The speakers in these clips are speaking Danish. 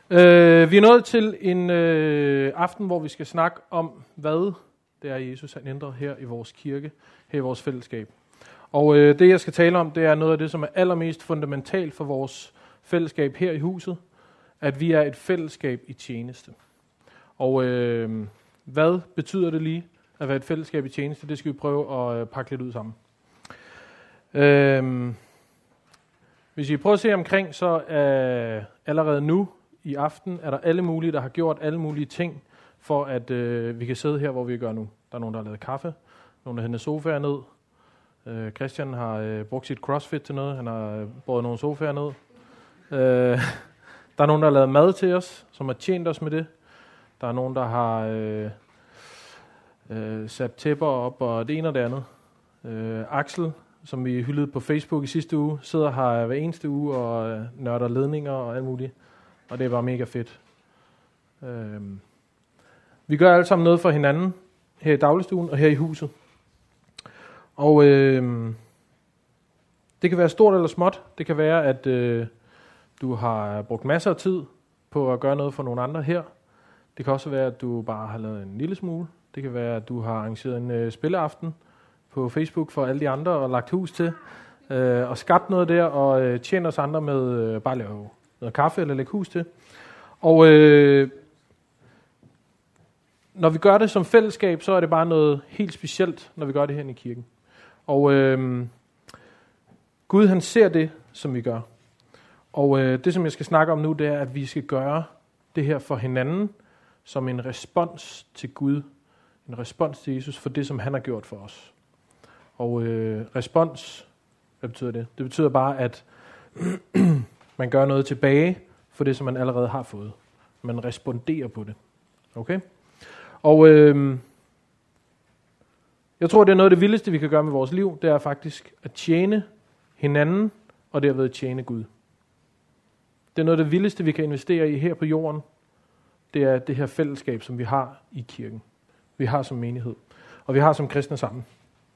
Vi er nået til en aften, hvor vi skal snakke om, hvad det er, Jesus han ændrer her i vores kirke, her i vores fællesskab. Og det, jeg skal tale om, det er noget af det, som er allermest fundamentalt for vores fællesskab her i huset, at vi er et fællesskab i tjeneste. Og hvad betyder det lige at være et fællesskab i tjeneste? Det skal vi prøve at pakke lidt ud sammen. Hvis I prøver at se omkring, så allerede nu i aften er der alle mulige, der har gjort alle mulige ting, for at vi kan sidde her, hvor vi gør nu. Der er nogen, der har lavet kaffe, nogen, der har hentet sofaer ned. Christian har brugt sit CrossFit til noget, han har båret nogle sofaer ned. Der er nogen, der har lavet mad til os, som har tjent os med det. Der er nogen, der har sat tæpper op, og det ene og det andet. Axel, som vi hyldede på Facebook i sidste uge, sidder her hver eneste uge og nørder ledninger og alt muligt. Og det er bare mega fedt. Vi gør alle sammen noget for hinanden, her i dagligstuen og her i huset. Og det kan være stort eller småt. Det kan være, at du har brugt masser af tid på at gøre noget for nogle andre her. Det kan også være, at du bare har lavet en lille smule. Det kan være, at du har arrangeret en spilleaften på Facebook for alle de andre og lagt hus til. Og skabt noget der og tjent os andre med bare lave noget kaffe eller lægge hus til. Og når vi gør det som fællesskab, så er det bare noget helt specielt, når vi gør det her i kirken. Og Gud han ser det, som vi gør. Og det, som jeg skal snakke om nu, det er, at vi skal gøre det her for hinanden, som en respons til Gud. En respons til Jesus for det, som han har gjort for os. Og respons, hvad betyder det? Det betyder bare, at man gør noget tilbage for det, som man allerede har fået. Man responderer på det. Okay? Og jeg tror, det er noget af det vildeste, vi kan gøre med vores liv. Det er faktisk at tjene hinanden, og derved tjene Gud. Det er noget af det vildeste, vi kan investere i her på jorden. Det er det her fællesskab, som vi har i kirken. Vi har som menighed. Og vi har som kristne sammen.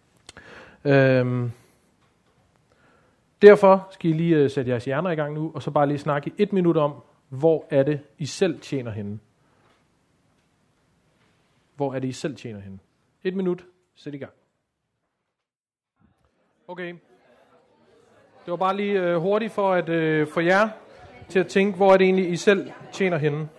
Derfor skal I lige sætte jeres hjerner i gang nu, og så bare lige snakke i 1 minut om, hvor er det, I selv tjener henne. Hvor er det, I selv tjener henne? 1 minut, sæt i gang. Okay. Det var bare lige hurtigt for at få jer til at tænke, hvor er det egentlig, I selv tjener henne.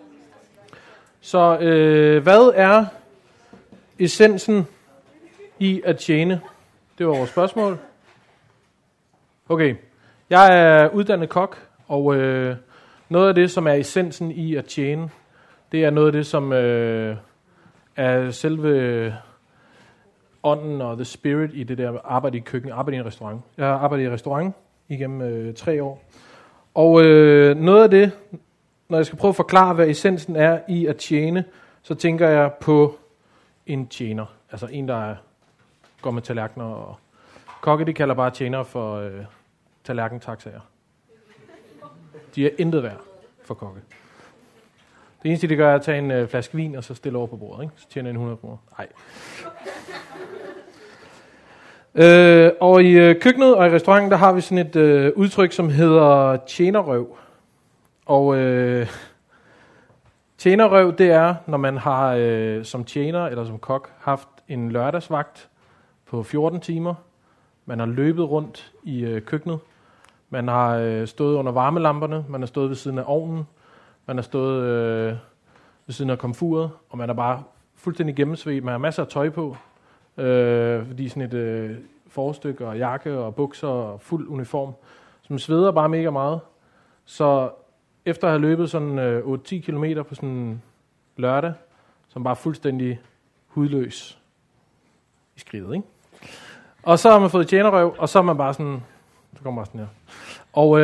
Så hvad er essensen i at tjene? Det var vores spørgsmål. Okay, jeg er uddannet kok, og noget af det, som er essensen i at tjene, det er noget af det, som er selve ånden og the spirit i det der arbejde i køkken, arbejde i en restaurant. Jeg har arbejdet i en restaurant igennem 3 år. Og noget af det, når jeg skal prøve at forklare, hvad essensen er i at tjene, så tænker jeg på en tjener. Altså en, der går med tallerkener. Og kokke, de kalder bare tjenere for tallerkentaxaer. De er intet værd for kokke. Det eneste, de gør, er at tage en flaske vin, og så stille over på bordet. Ikke? Så tjener en 100 kroner. Nej. Og i køkkenet og i restauranten, der har vi sådan et udtryk, som hedder tjenerrøv. Og tjenerrøv, det er, når man har som tjener eller som kok haft en lørdagsvagt på 14 timer. Man har løbet rundt i køkkenet. Man har stået under varmelamperne. Man har stået ved siden af ovnen. Man har stået ved siden af komfuret. Og man er bare fuldstændig gennemsvedt. Man har masser af tøj på. Fordi sådan et forstykke og jakke og bukser og fuld uniform. Så man sveder bare mega meget. Så efter at have løbet sådan 8-10 kilometer på sådan en lørdag, som bare fuldstændig hudløs i skridtet, ikke? Og så har man fået tjenerrøv, og så er man bare sådan, så kommer man sådan her. Og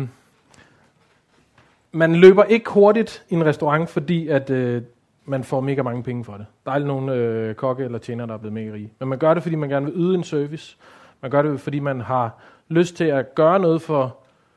man løber ikke hurtigt i en restaurant, fordi at man får mega mange penge for det. Der er aldrig nogen kokke eller tjener, der er blevet mega rige. Men man gør det, fordi man gerne vil yde en service. Man gør det, fordi man har lyst til at gøre noget for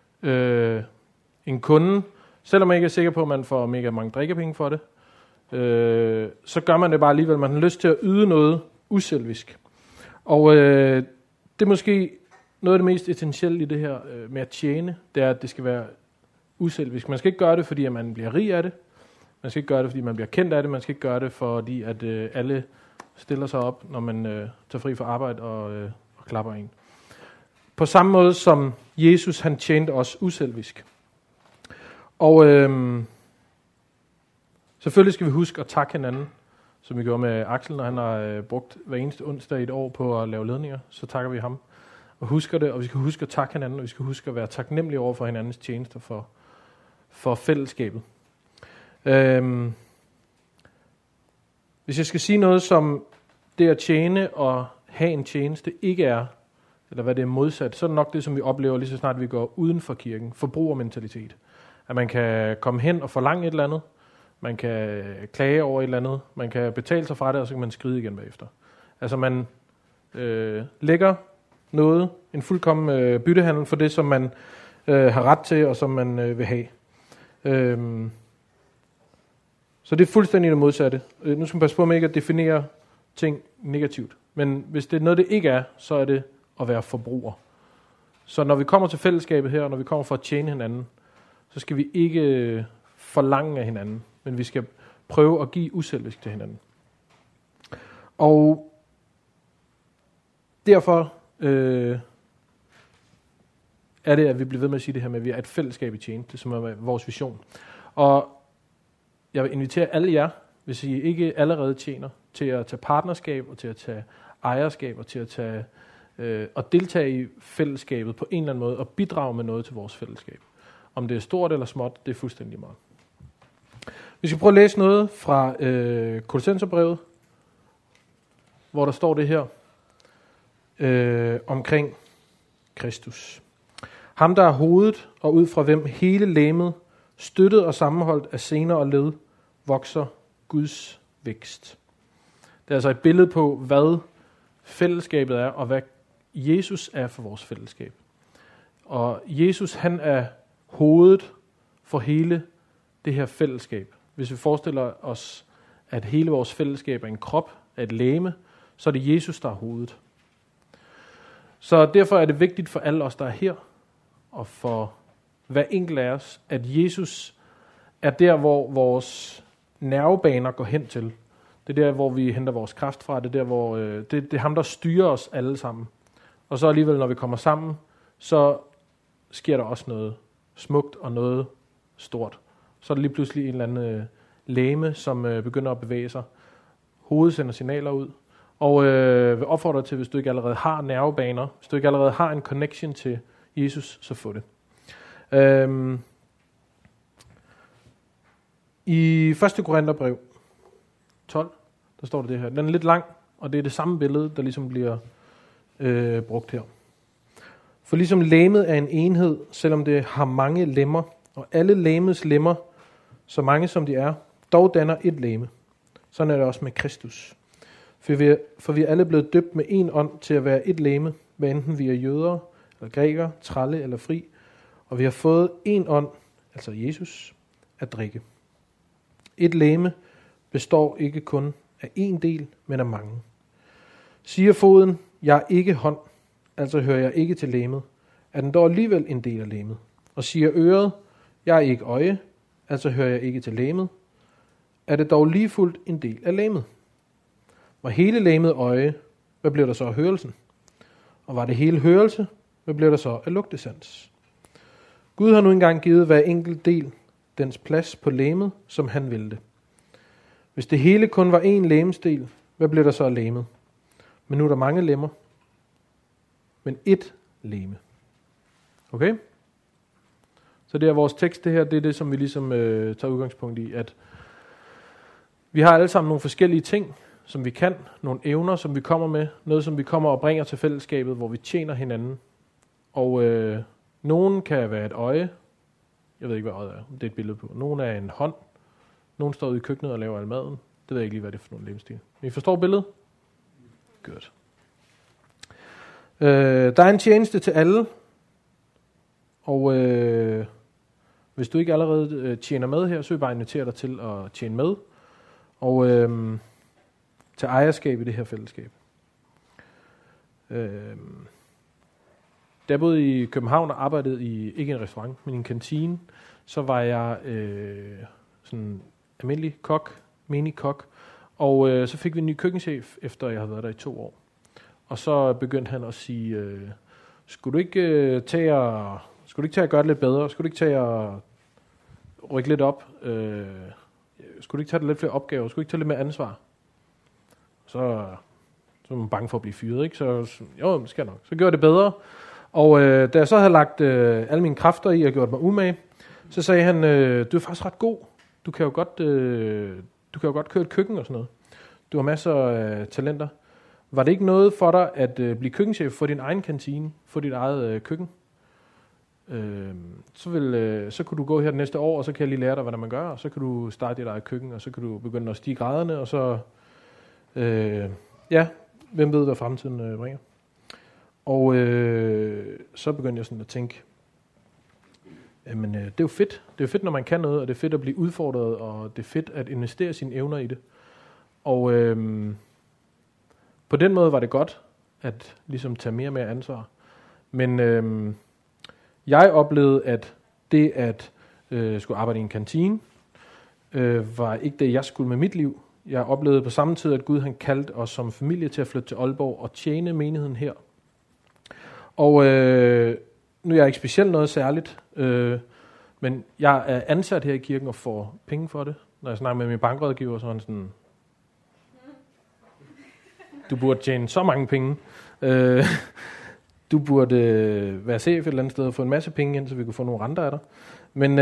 en kunde, selvom man ikke er sikker på, at man får mega mange drikkepenge for det. Så gør man det bare alligevel. Man har lyst til at yde noget uselvisk. Og det er måske noget af det mest essentielle i det her med at tjene, det er, at det skal være uselvisk. Man skal ikke gøre det, fordi at man bliver rig af det. Man skal ikke gøre det, fordi man bliver kendt af det. Man skal ikke gøre det, fordi at alle stiller sig op, når man tager fri fra arbejde og klapper en. På samme måde som Jesus, han tjente os uselvisk. Og selvfølgelig skal vi huske at takke hinanden, som vi gjorde med Axel, når han har brugt hver eneste onsdag i et år på at lave ledninger. Så takker vi ham og husker det, og vi skal huske at takke hinanden, og vi skal huske at være taknemmelige over for hinandens tjenester for fællesskabet. Hvis jeg skal sige noget, som det at tjene og have en tjeneste ikke er, eller hvad det er modsat, så er det nok det, som vi oplever lige så snart vi går uden for kirken. Forbrugermentalitet. At man kan komme hen og forlange et eller andet, man kan klage over et eller andet, man kan betale sig fra det, og så kan man skride igen bagefter. Altså man lægger noget, en fuldkommen byttehandel for det, som man har ret til, og som man vil have. Så det er fuldstændig det modsatte. Nu skal man passe på med ikke at definere ting negativt. Men hvis det er noget, det ikke er, så er det at være forbruger. Så når vi kommer til fællesskabet her, og når vi kommer for at tjene hinanden, så skal vi ikke forlange af hinanden, men vi skal prøve at give uselvisk til hinanden. Og derfor er det, at vi bliver ved med at sige det her med, at vi er et fællesskab i tjeneste, som er vores vision. Og jeg vil invitere alle jer, hvis I ikke allerede tjener, til at tage partnerskab og til at tage ejerskab og til at tage og deltage i fællesskabet på en eller anden måde og bidrage med noget til vores fællesskab. Om det er stort eller småt, det er fuldstændig meget. Vi skal prøve at læse noget fra Kolossenserbrevet, hvor der står det her omkring Kristus. Ham, der er hovedet, og ud fra hvem hele legemet, støttet og sammenholdt af sener og led, vokser Guds vækst. Det er altså et billede på, hvad fællesskabet er, og hvad Jesus er for vores fællesskab. Og Jesus, han er hovedet for hele det her fællesskab. Hvis vi forestiller os, at hele vores fællesskab er en krop, er et legeme, så er det Jesus, der er hovedet. Så derfor er det vigtigt for alle os, der er her, og for hver enkelt af os, at Jesus er der, hvor vores nervebaner går hen til. Det er der, hvor vi henter vores kraft fra. Det er der, hvor det er ham, der styrer os alle sammen. Og så alligevel, når vi kommer sammen, så sker der også noget smukt og noget stort. Så er der lige pludselig en eller anden legeme, som begynder at bevæge sig. Hovedet sender signaler ud. Og vil opfordre dig til, hvis du ikke allerede har nervebaner, hvis du ikke allerede har en connection til Jesus, så få det. I 1. Korintherbrev 12, der står det her. Den er lidt lang, og det er det samme billede, der ligesom bliver brugt her. For ligesom legemet er en enhed, selvom det har mange lemmer, og alle legemets lemmer, så mange som de er, dog danner et legeme. Sådan er det også med Kristus. For vi er alle blevet døbt med en ånd til at være et legeme, hvad enten vi er jøder, eller græker, tralle eller fri, og vi har fået en ånd, altså Jesus, at drikke. Et legeme består ikke kun af én del, men af mange. Siger foden, jeg er ikke hånd, altså hører jeg ikke til legemet, er den dog alligevel en del af legemet. Og siger øret, jeg er ikke øje, altså hører jeg ikke til legemet, er det dog lige fuldt en del af legemet. Var hele legemet øje, hvad blev der så af hørelsen? Og var det hele hørelse, hvad blev der så af lugtesans? Gud har nu engang givet hver enkelt del dens plads på legemet, som han ville det. Hvis det hele kun var én legemsdel, hvad blev der så af legemet? Men nu er der mange lemmer, men ét legeme. Okay? Så det er vores tekst, det her, det er det, som vi ligesom tager udgangspunkt i, at vi har alle sammen nogle forskellige ting, som vi kan, nogle evner, som vi kommer med, noget, som vi kommer og bringer til fællesskabet, hvor vi tjener hinanden. Og nogen kan være et øje, jeg ved ikke, hvad øjet er, det er et billede på. Nogen er en hånd, nogen står ude i køkkenet og laver al maden. Det ved jeg ikke lige, hvad det er for nogle legemstil. Men I forstår billedet? Godt. Der er en tjeneste til alle, og hvis du ikke allerede tjener med her, så vil jeg bare invitere dig til at tjene med, og tage ejerskab i det her fællesskab. Da jeg boede i København og arbejdede i, ikke en restaurant, men i en kantine, så var jeg sådan almindelig kok, menig-kok, og så fik vi en ny køkkenchef, efter jeg havde været der i 2 år. Og så begyndte han at sige, skulle du ikke tage at gøre det lidt bedre? Skulle du ikke tage at rykke lidt op? Skulle du ikke tage lidt flere opgaver? Skulle du ikke tage lidt mere ansvar? Så var man bange for at blive fyret, ikke? Så jo, det skal nok. Så gjorde jeg det bedre. Og da jeg så havde lagt alle mine kræfter i og gjort mig umage, så sagde han, du er faktisk ret god. Du kan jo godt køre et køkken og sådan noget. Du har masser af talenter. Var det ikke noget for dig at blive køkkenchef for din egen kantine, for dit eget køkken? Så kunne du gå her det næste år, og så kan jeg lige lære dig, hvordan man gør, og så kan du starte dit eget køkken, og så kan du begynde at stige graderne, og så, hvem ved, hvad fremtiden bringer. Og så begyndte jeg sådan at tænke, jamen det er jo fedt. Det er jo fedt, når man kan noget, og det er fedt at blive udfordret, og det er fedt at investere sine evner i det. Og på den måde var det godt at ligesom tage mere og mere ansvar. Men jeg oplevede, at det at skulle arbejde i en kantine, var ikke det, jeg skulle med mit liv. Jeg oplevede på samme tid, at Gud han kaldte os som familie til at flytte til Aalborg og tjene menigheden her. Og nu er jeg ikke specielt noget særligt, men jeg er ansat her i kirken og får penge for det. Når jeg snakker med min bankrådgiver, så er han sådan, du burde tjene så mange penge. Du burde være chef et eller andet sted og få en masse penge ind, så vi kunne få nogle renter af dig. Men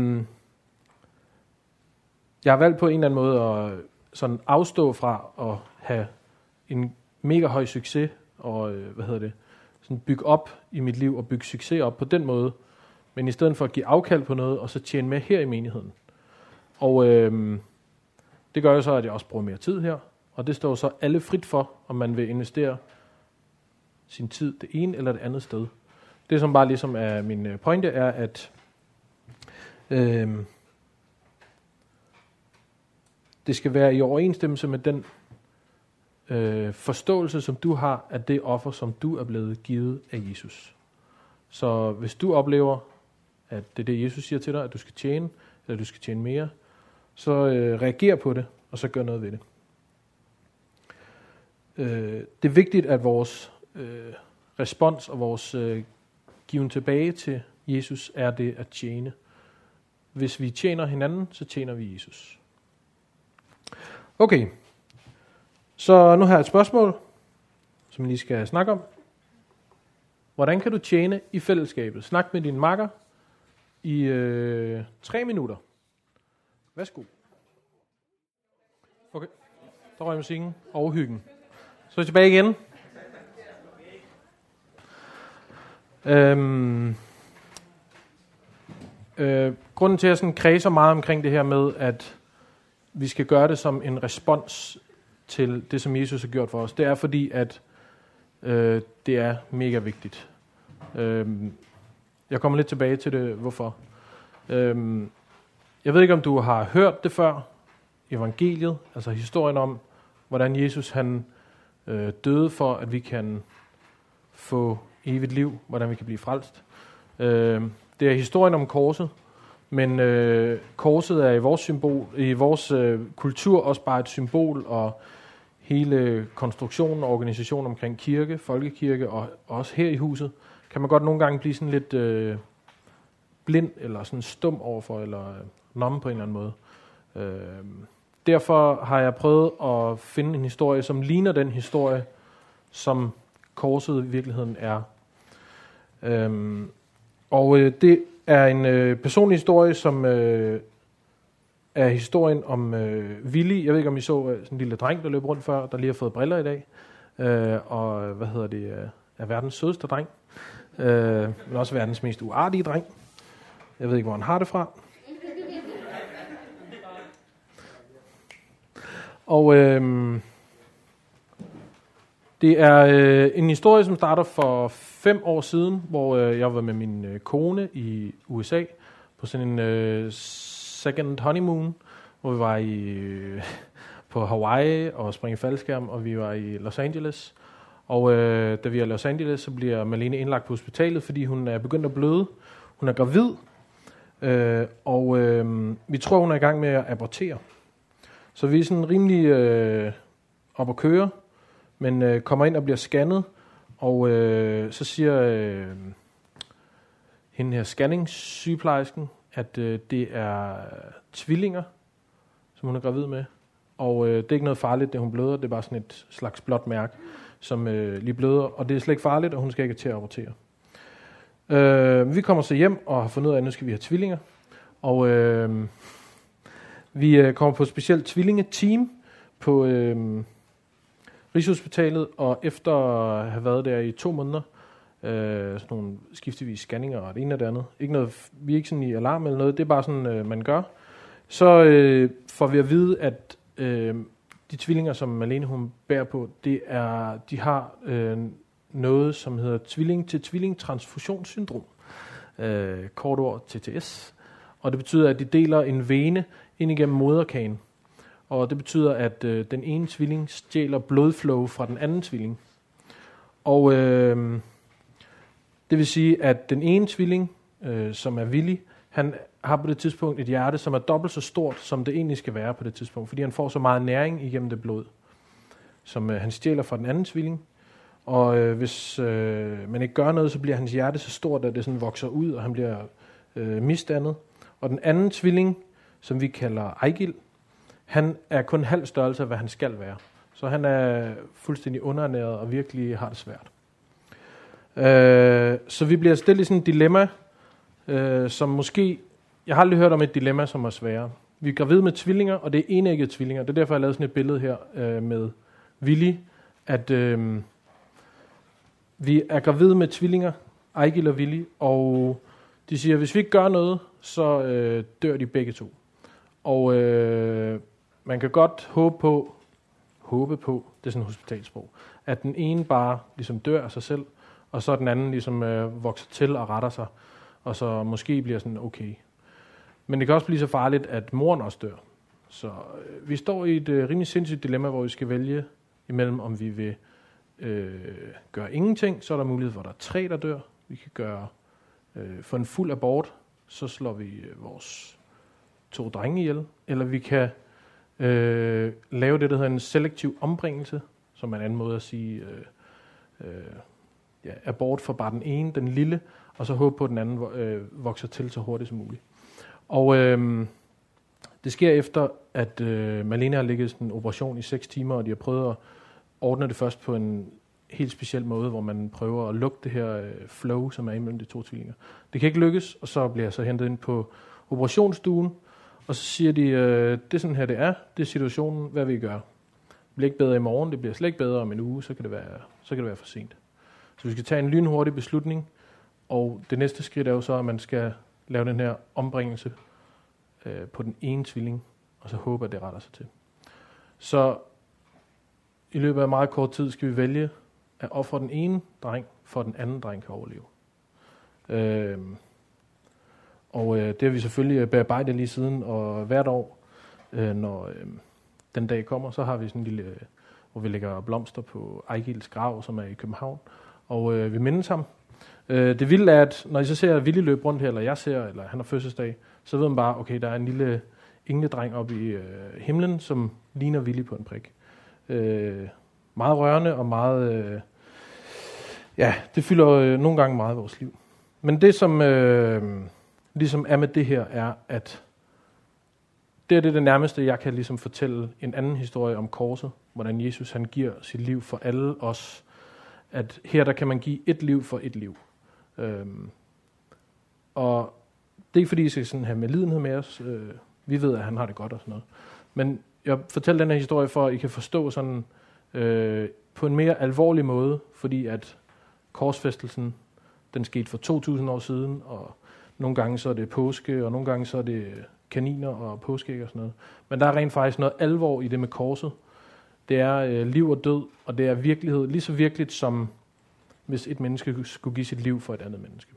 jeg har valgt på en eller anden måde at sådan afstå fra at have en mega høj succes og sådan bygge op i mit liv og bygge succes op på den måde, men i stedet for at give afkald på noget og så tjene med her i menigheden. Og det gør jo så, at jeg også bruger mere tid her, og det står så alle frit for, om man vil investere sin tid det ene eller det andet sted. Det som bare ligesom er min pointe er, at det skal være i overensstemmelse med den forståelse, som du har af det offer, som du er blevet givet af Jesus. Så hvis du oplever, at det er det, Jesus siger til dig, at du skal tjene, eller du skal tjene mere, så reager på det, og så gør noget ved det. Det er vigtigt, at vores respons og vores given tilbage til Jesus er det at tjene. Hvis vi tjener hinanden, så tjener vi Jesus. Okay, så nu har jeg et spørgsmål, som jeg lige skal snakke om. Hvordan kan du tjene i fællesskabet? Snak med din makker i 3 minutter. Værsgo. Okay, der røg musikken og hyggen. Så er vi tilbage igen. Grunden til, at jeg sådan kredser meget omkring det her med, at vi skal gøre det som en respons til det, som Jesus har gjort for os, det er fordi, at det er mega vigtigt. Jeg kommer lidt tilbage til det, hvorfor. Jeg ved ikke, om du har hørt det før, evangeliet, altså historien om, hvordan Jesus han døde for, at vi kan få evigt liv, hvordan vi kan blive frelst. Det er historien om korset, men korset er i vores kultur også bare et symbol, og hele konstruktionen og organisationen omkring kirke, folkekirke og også her i huset, kan man godt nogle gange blive sådan lidt blind eller sådan stum overfor, eller nomme på en eller anden måde. Derfor har jeg prøvet at finde en historie, som ligner den historie, som korset i virkeligheden er. Det er en personlig historie, som er historien om Willy. Jeg ved ikke, om I så sådan en lille dreng, der løb rundt før, der lige har fået briller i dag. Er verdens sødeste dreng. Men også verdens mest uartige dreng. Jeg ved ikke, hvor han har det fra. Og det er en historie, som starter for 5 år siden, hvor jeg var med min kone i USA på sådan en second honeymoon, hvor vi var på Hawaii og springe faldskærm, og vi var i Los Angeles. Og da vi er i Los Angeles, så bliver Malene indlagt på hospitalet, fordi hun er begyndt at bløde. Hun er gravid, Vi tror, hun er i gang med at abortere. Så vi er sådan rimelig op at køre, men kommer ind og bliver scannet, og så siger hende her scanningssygeplejersken, at det er tvillinger, som hun er gravid med. Og det er ikke noget farligt, det hun bløder, det er bare sådan et slags blåt mærke, som lige bløder, og det er slet ikke farligt, og hun skal ikke til at abortere. Vi kommer så hjem og har fundet ud af, at nu skal vi have tvillinger, og vi kommer på et specielt tvillingeteam på Rigshospitalet, og efter at have været der i 2 måneder, sådan nogle skiftevis scanninger og det ene og det andet, ikke noget, vi er ikke sådan i alarm eller noget, det er bare sådan, man gør, så får vi at vide, at de tvillinger, som Malene hun bærer på, de har noget, som hedder tvilling-til-tvilling-transfusionssyndrom, kort ord TTS, og det betyder, at de deler en vene ind igennem moderkagen, og det betyder, at den ene tvilling stjæler blodflow fra den anden tvilling, og det vil sige, at den ene tvilling, som er Willy, han har på det tidspunkt et hjerte, som er dobbelt så stort, som det egentlig skal være på det tidspunkt, fordi han får så meget næring igennem det blod, som han stjæler fra den anden tvilling. Og hvis man ikke gør noget, så bliver hans hjerte så stort, at det sådan vokser ud, og han bliver misdannet. Og den anden tvilling, som vi kalder Ejgil, han er kun halv størrelse af, hvad han skal være. Så han er fuldstændig underernæret og virkelig har det svært. Så vi bliver stillet i sådan et dilemma, som måske... Jeg har aldrig hørt om et dilemma, som er sværere. Vi er gravide med tvillinger, og det er enæggede tvillinger. Det er derfor, jeg har lavet sådan et billede her med Willy, at vi er gravide med tvillinger, Ejgil og Willy, og de siger, at hvis vi ikke gør noget, så dør de begge to. Og man kan godt håbe på, det er sådan et hospitalsprog, at den ene bare ligesom dør af sig selv, og så den anden ligesom vokser til og retter sig, og så måske bliver sådan okay. Men det kan også blive så farligt, at moren også dør. Så vi står i et rimelig sindssygt dilemma, hvor vi skal vælge imellem, om vi vil gøre ingenting, så er der mulighed for, at der er 3, der dør. Vi kan gøre for en fuld abort, så slår vi vores 2 drenge ihjel. Eller vi kan lave det, der hedder en selektiv ombringelse, som er en anden måde at sige abort for bare den ene, den lille, og så håbe på, at den anden vokser til så hurtigt som muligt. Og det sker efter, at Malene har ligget sådan en operation i 6 timer, og de har prøvet at ordne det først på en helt speciel måde, hvor man prøver at lukke det her flow, som er imellem de 2 tvillinger. Det kan ikke lykkes, og så bliver jeg så hentet ind på operationsstuen, og så siger de, det er sådan her, det er situationen, hvad vil I gøre? Det bliver ikke bedre i morgen, det bliver slet ikke bedre om en uge, så kan det være for sent. Så vi skal tage en lynhurtig beslutning, og det næste skridt er jo så, at man skal lave den her ombringelse på den ene tvilling, og så håbe, at det retter sig til. Så i løbet af meget kort tid skal vi vælge at ofre den ene dreng, for at den anden dreng kan overleve. Det har vi selvfølgelig bearbejdet lige siden, og hvert år, når den dag kommer, så har vi sådan en lille, hvor vi lægger blomster på Ejgils grav, som er i København, og vi mindes ham. Det vilde er, at når I så ser Willy løbe rundt her, eller jeg ser, eller han har fødselsdag, så ved man bare, okay, der er en lille engledreng oppe i himlen, som ligner Willy på en prik. Meget rørende og meget... det fylder nogle gange meget i vores liv. Men det, som ligesom er med det her, er, at det er det nærmeste, jeg kan ligesom fortælle en anden historie om korset, hvordan Jesus han giver sit liv for alle os. At her der kan man give et liv for et liv. Og det er ikke fordi, I skal sådan have medlidenhed med os. Vi ved, at han har det godt og sådan noget. Men jeg fortæller den her historie for, at I kan forstå sådan på en mere alvorlig måde, fordi at korsfæstelsen, den skete for 2.000 år siden, og nogle gange så er det påske, og nogle gange så er det kaniner og påskeæg og sådan noget. Men der er rent faktisk noget alvor i det med korset. Det er liv og død, og det er virkelighed, lige så virkeligt som hvis et menneske skulle give sit liv for et andet menneske.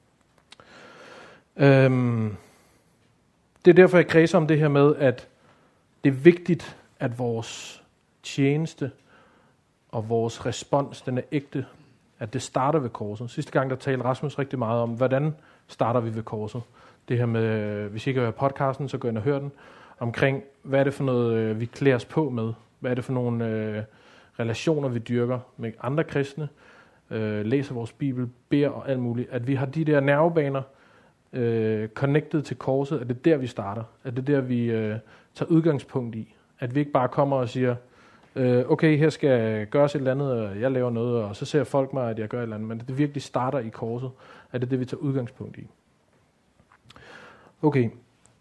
Det er derfor, jeg kredser om det her med, at det er vigtigt, at vores tjeneste og vores respons, den er ægte, at det starter ved korset. Sidste gang, der talte Rasmus rigtig meget om, hvordan starter vi ved korset. det her med, hvis I ikke hører podcasten, så gå ind og hør den, omkring, hvad er det for noget, vi klæder os på med? Hvad er det for nogle relationer, vi dyrker med andre kristne? Læser vores bibel, beder og alt muligt. At vi har de der nervebaner connected til korset, at det er der, vi starter. At det er der, vi tager udgangspunkt i. At vi ikke bare kommer og siger, okay, her skal gøres et eller andet, og jeg laver noget, og så ser folk mig, at jeg gør et eller andet. Men det virkelig starter i korset. At det er det, vi tager udgangspunkt i. Okay.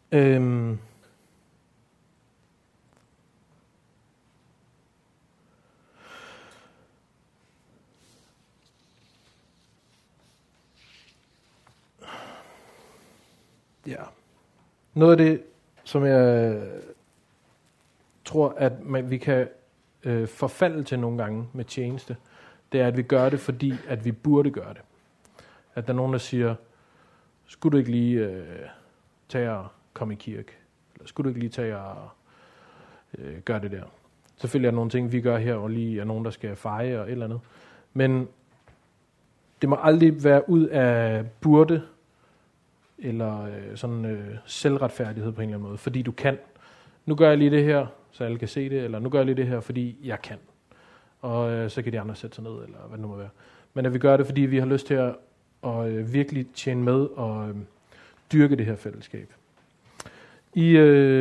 Ja. Noget af det, som jeg tror, at vi kan forfalde til nogle gange med tjeneste, det er, at vi gør det, fordi at vi burde gøre det. At der er nogen, der siger, skulle du ikke lige tage og komme i kirke? Eller skulle du ikke lige tage og gøre det der? Selvfølgelig er der nogle ting, vi gør her, og lige er nogen, der skal feje og et eller andet. Men det må aldrig være ud af burde, eller selvretfærdighed på en eller anden måde, fordi du kan. Nu gør jeg lige det her, så alle kan se det, eller nu gør jeg lige det her, fordi jeg kan. Og så kan de andre sætte sig ned, eller hvad det nu må være. Men at vi gør det, fordi vi har lyst til at virkelig tjene med og dyrke det her fællesskab. I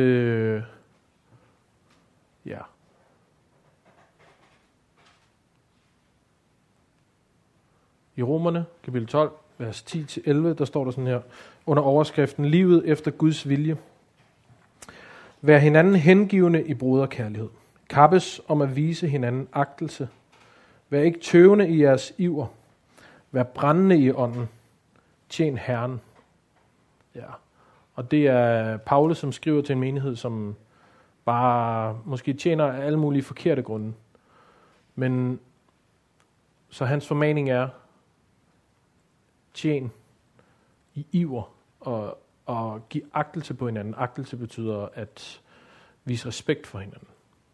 Romerne, kapitel 12, vers 10-11, der står der sådan her, under overskriften, livet efter Guds vilje. Vær hinanden hengivende i broderkærlighed. Kappes om at vise hinanden agtelse. Vær ikke tøvende i jeres iver. Vær brændende i ånden. Tjen Herren. Ja. Og det er Paulus, som skriver til en menighed, som bare måske tjener af alle mulige forkerte grunde. Men så hans formaning er, tjen i iver og give agtelse på hinanden. Agtelse betyder at vise respekt for hinanden.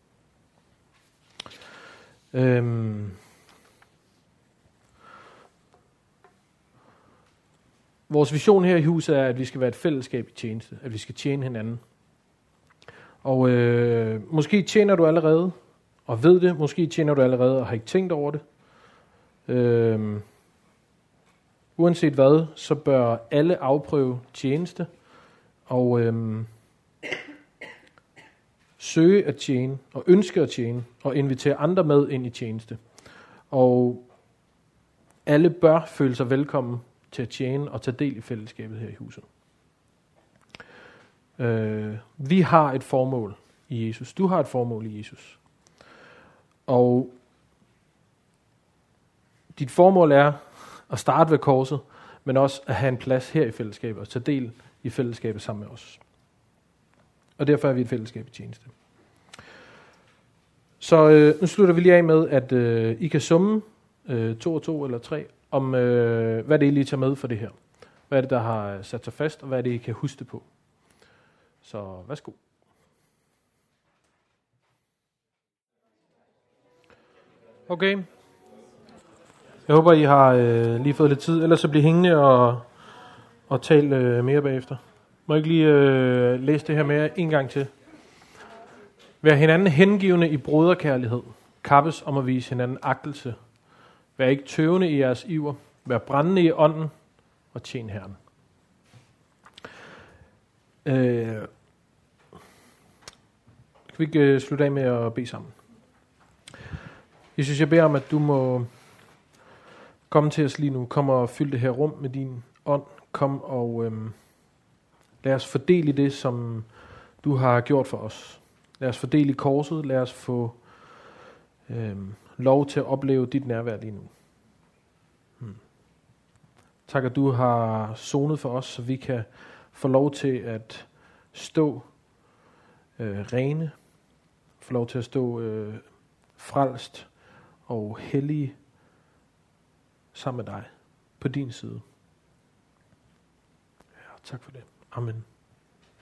Vores vision her i huset er, at vi skal være et fællesskab i tjeneste. At vi skal tjene hinanden. Og måske tjener du allerede og ved det. Måske tjener du allerede og har ikke tænkt over det. Uanset hvad, så bør alle afprøve tjeneste og søge at tjene og ønske at tjene og invitere andre med ind i tjeneste. Og alle bør føle sig velkommen til at tjene og tage del i fællesskabet her i huset. Vi har et formål i Jesus. Du har et formål i Jesus. Og dit formål er at starte ved korset, men også at have en plads her i fællesskabet og tage del i fællesskabet sammen med os. Og derfor er vi et fællesskab i tjeneste. Så nu slutter vi lige af med, at I kan summe 2 og 2 eller 3 om, hvad det er, I lige tager med for det her. Hvad er det, der har sat sig fast, og hvad er det, I kan huske på. Så værsgo. Okay. Jeg håber, I har lige fået lidt tid, ellers så bliv hængende og tal mere bagefter. Må jeg ikke lige læse det her med en gang til? Vær hinanden hengivende i broderkærlighed. Kappes om at vise hinanden agtelse. Vær ikke tøvende i jeres iver. Vær brændende i ånden og tjen Herren. Kan vi ikke slutte af med at bede sammen? Jesus, jeg beder om, at du må komme til os lige nu. Kom og fyld det her rum med din ånd. Kom og lad os fordele det, som du har gjort for os. Lad os fordele i korset. Lad os få lov til at opleve dit nærvær lige nu. Tak, at du har sonet for os, så vi kan få lov til at stå rene. Få lov til at stå frelst og hellige sammen med dig på din side. Ja, tak for det. Amen.